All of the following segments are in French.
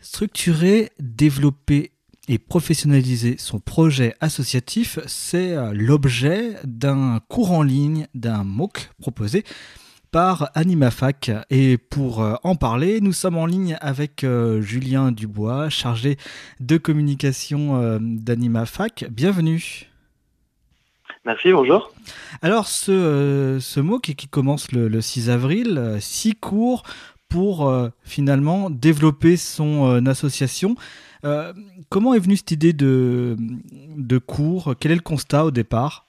Structurer, développer et professionnaliser son projet associatif, c'est l'objet d'un cours en ligne, d'un MOOC proposé par AnimaFac. Et pour en parler, nous sommes en ligne avec Julien Dubois, chargé de communication d'AnimaFac. Bienvenue. Merci, bonjour. Alors ce MOOC qui commence le 6 avril, 6 cours pour finalement développer son association. Euh, Comment est venue cette idée de cours? Quel est le constat au départ?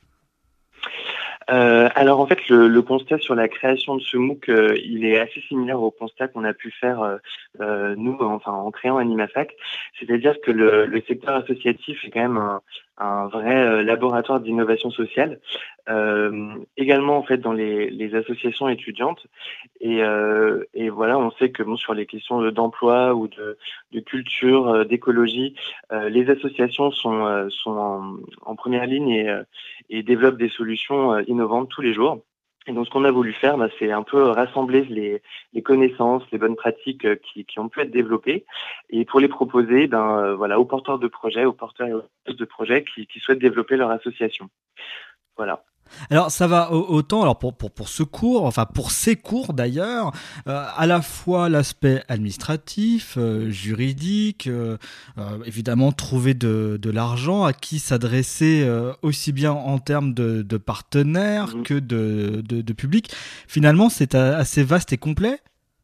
Alors en fait, le constat sur la création de ce MOOC, il est assez similaire au constat qu'on a pu faire nous, enfin en créant AnimaFac. C'est-à-dire que le secteur associatif est quand même un vrai laboratoire d'innovation sociale. Également en fait dans les associations étudiantes. Et voilà, on sait que bon, sur les questions d'emploi ou de culture, d'écologie, les associations sont en première ligne et développent des solutions innovantes tous les jours. Et donc, ce qu'on a voulu faire, c'est un peu rassembler les connaissances, les bonnes pratiques qui ont pu être développées, et pour les proposer, voilà, aux porteurs de projets, aux porteurs et aux porteuses de projets qui souhaitent développer leur association. Voilà. Alors ça va autant alors pour ce cours, enfin pour ces cours d'ailleurs, à la fois l'aspect administratif, juridique, évidemment trouver de l'argent, à qui s'adresser aussi bien en termes de partenaires Mhm. que de public. Finalement c'est assez vaste et complet.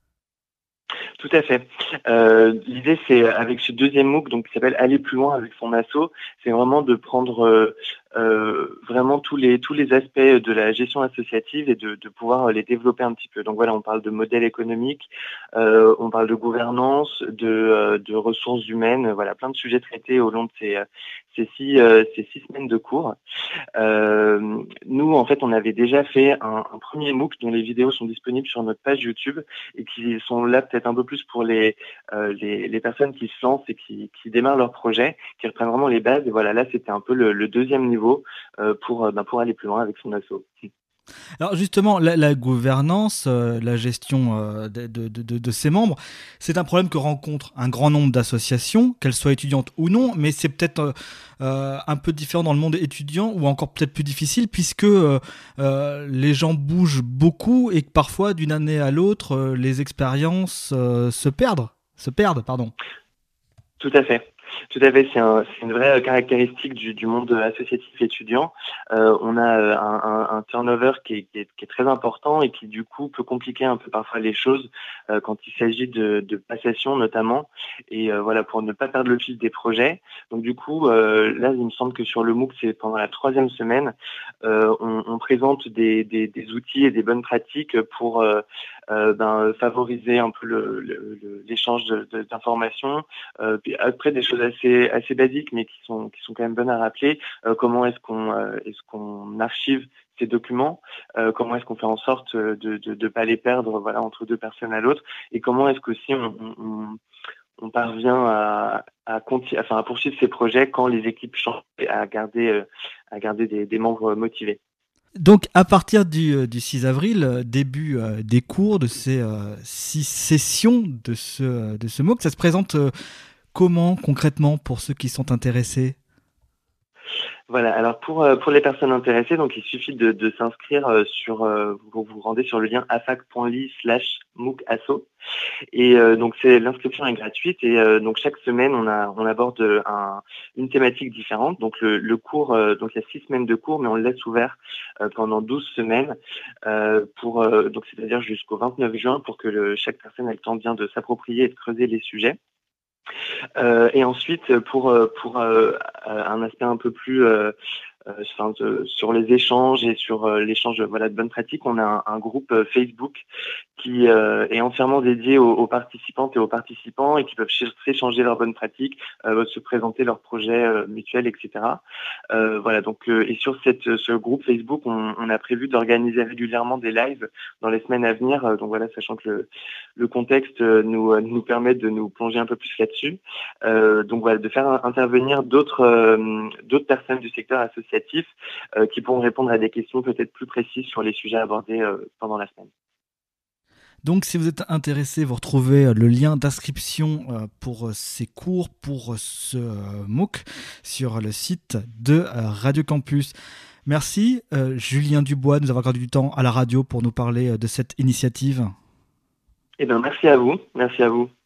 Tout à fait. L'idée, c'est avec ce deuxième MOOC, donc qui s'appelle Aller plus loin avec son asso, c'est vraiment de prendre vraiment tous les aspects de la gestion associative et de pouvoir les développer un petit peu. Donc voilà, on parle de modèle économique, on parle de gouvernance, de ressources humaines, voilà, plein de sujets traités au long de ces 6 semaines de cours. Nous, en fait, on avait déjà fait un premier MOOC dont les vidéos sont disponibles sur notre page YouTube et qui sont là peut-être un peu plus pour les personnes qui se lancent et qui démarrent leur projet, qui reprennent vraiment les bases. Et voilà, là, c'était un peu le deuxième niveau pour aller plus loin avec son asso. Alors justement, la gouvernance, la gestion de ses membres, c'est un problème que rencontre un grand nombre d'associations, qu'elles soient étudiantes ou non, mais c'est peut-être un peu différent dans le monde étudiant ou encore peut-être plus difficile puisque les gens bougent beaucoup et que parfois d'une année à l'autre, les expériences se perdent, pardon. Tout à fait. Tout à fait, c'est une vraie caractéristique du monde associatif étudiant. On a un turnover qui est très important et qui du coup peut compliquer un peu parfois les choses quand il s'agit de passation notamment. Et voilà, pour ne pas perdre le fil des projets. Donc du coup, là, il me semble que sur le MOOC, c'est pendant la 3e semaine, on présente des outils et des bonnes pratiques pour favoriser un peu l'échange d'informations. Puis après des choses assez basiques, mais qui sont quand même bonnes à rappeler. Comment est-ce qu'on archive ces documents, comment est-ce qu'on fait en sorte de pas les perdre, voilà, entre deux personnes à l'autre, et comment est-ce qu'aussi on parvient à poursuivre ces projets quand les équipes changent, et à garder des membres motivés. Donc, à partir du 6 avril, début des cours de ces 6 sessions de ce MOOC, ça se présente comment concrètement pour ceux qui sont intéressés? Voilà, alors pour les personnes intéressées, donc il suffit de s'inscrire vous vous rendez sur le lien afac.ly/moocasso. Et donc l'inscription est gratuite et donc chaque semaine on aborde une thématique différente. Donc le cours, donc il y a 6 semaines de cours, mais on le laisse ouvert pendant 12 semaines donc c'est-à-dire jusqu'au 29 juin pour que chaque personne ait le temps bien de s'approprier et de creuser les sujets. Et ensuite, pour un aspect un peu plus sur les échanges et sur l'échange, voilà, de bonnes pratiques, on a un groupe Facebook qui est entièrement dédié aux participantes et aux participants et qui peuvent s'échanger leurs bonnes pratiques, se présenter leurs projets mutuels, etc. Voilà, donc et sur ce groupe Facebook, on a prévu d'organiser régulièrement des lives dans les semaines à venir. Donc voilà, sachant que le contexte nous permet de nous plonger un peu plus là-dessus. Donc voilà, de faire intervenir d'autres personnes du secteur associatif qui pourront répondre à des questions peut-être plus précises sur les sujets abordés pendant la semaine. Donc, si vous êtes intéressé, vous retrouvez le lien d'inscription pour ces cours, pour ce MOOC, sur le site de Radio Campus. Merci, Julien Dubois, de nous avoir accordé du temps à la radio pour nous parler de cette initiative. Eh bien, merci à vous. Merci à vous.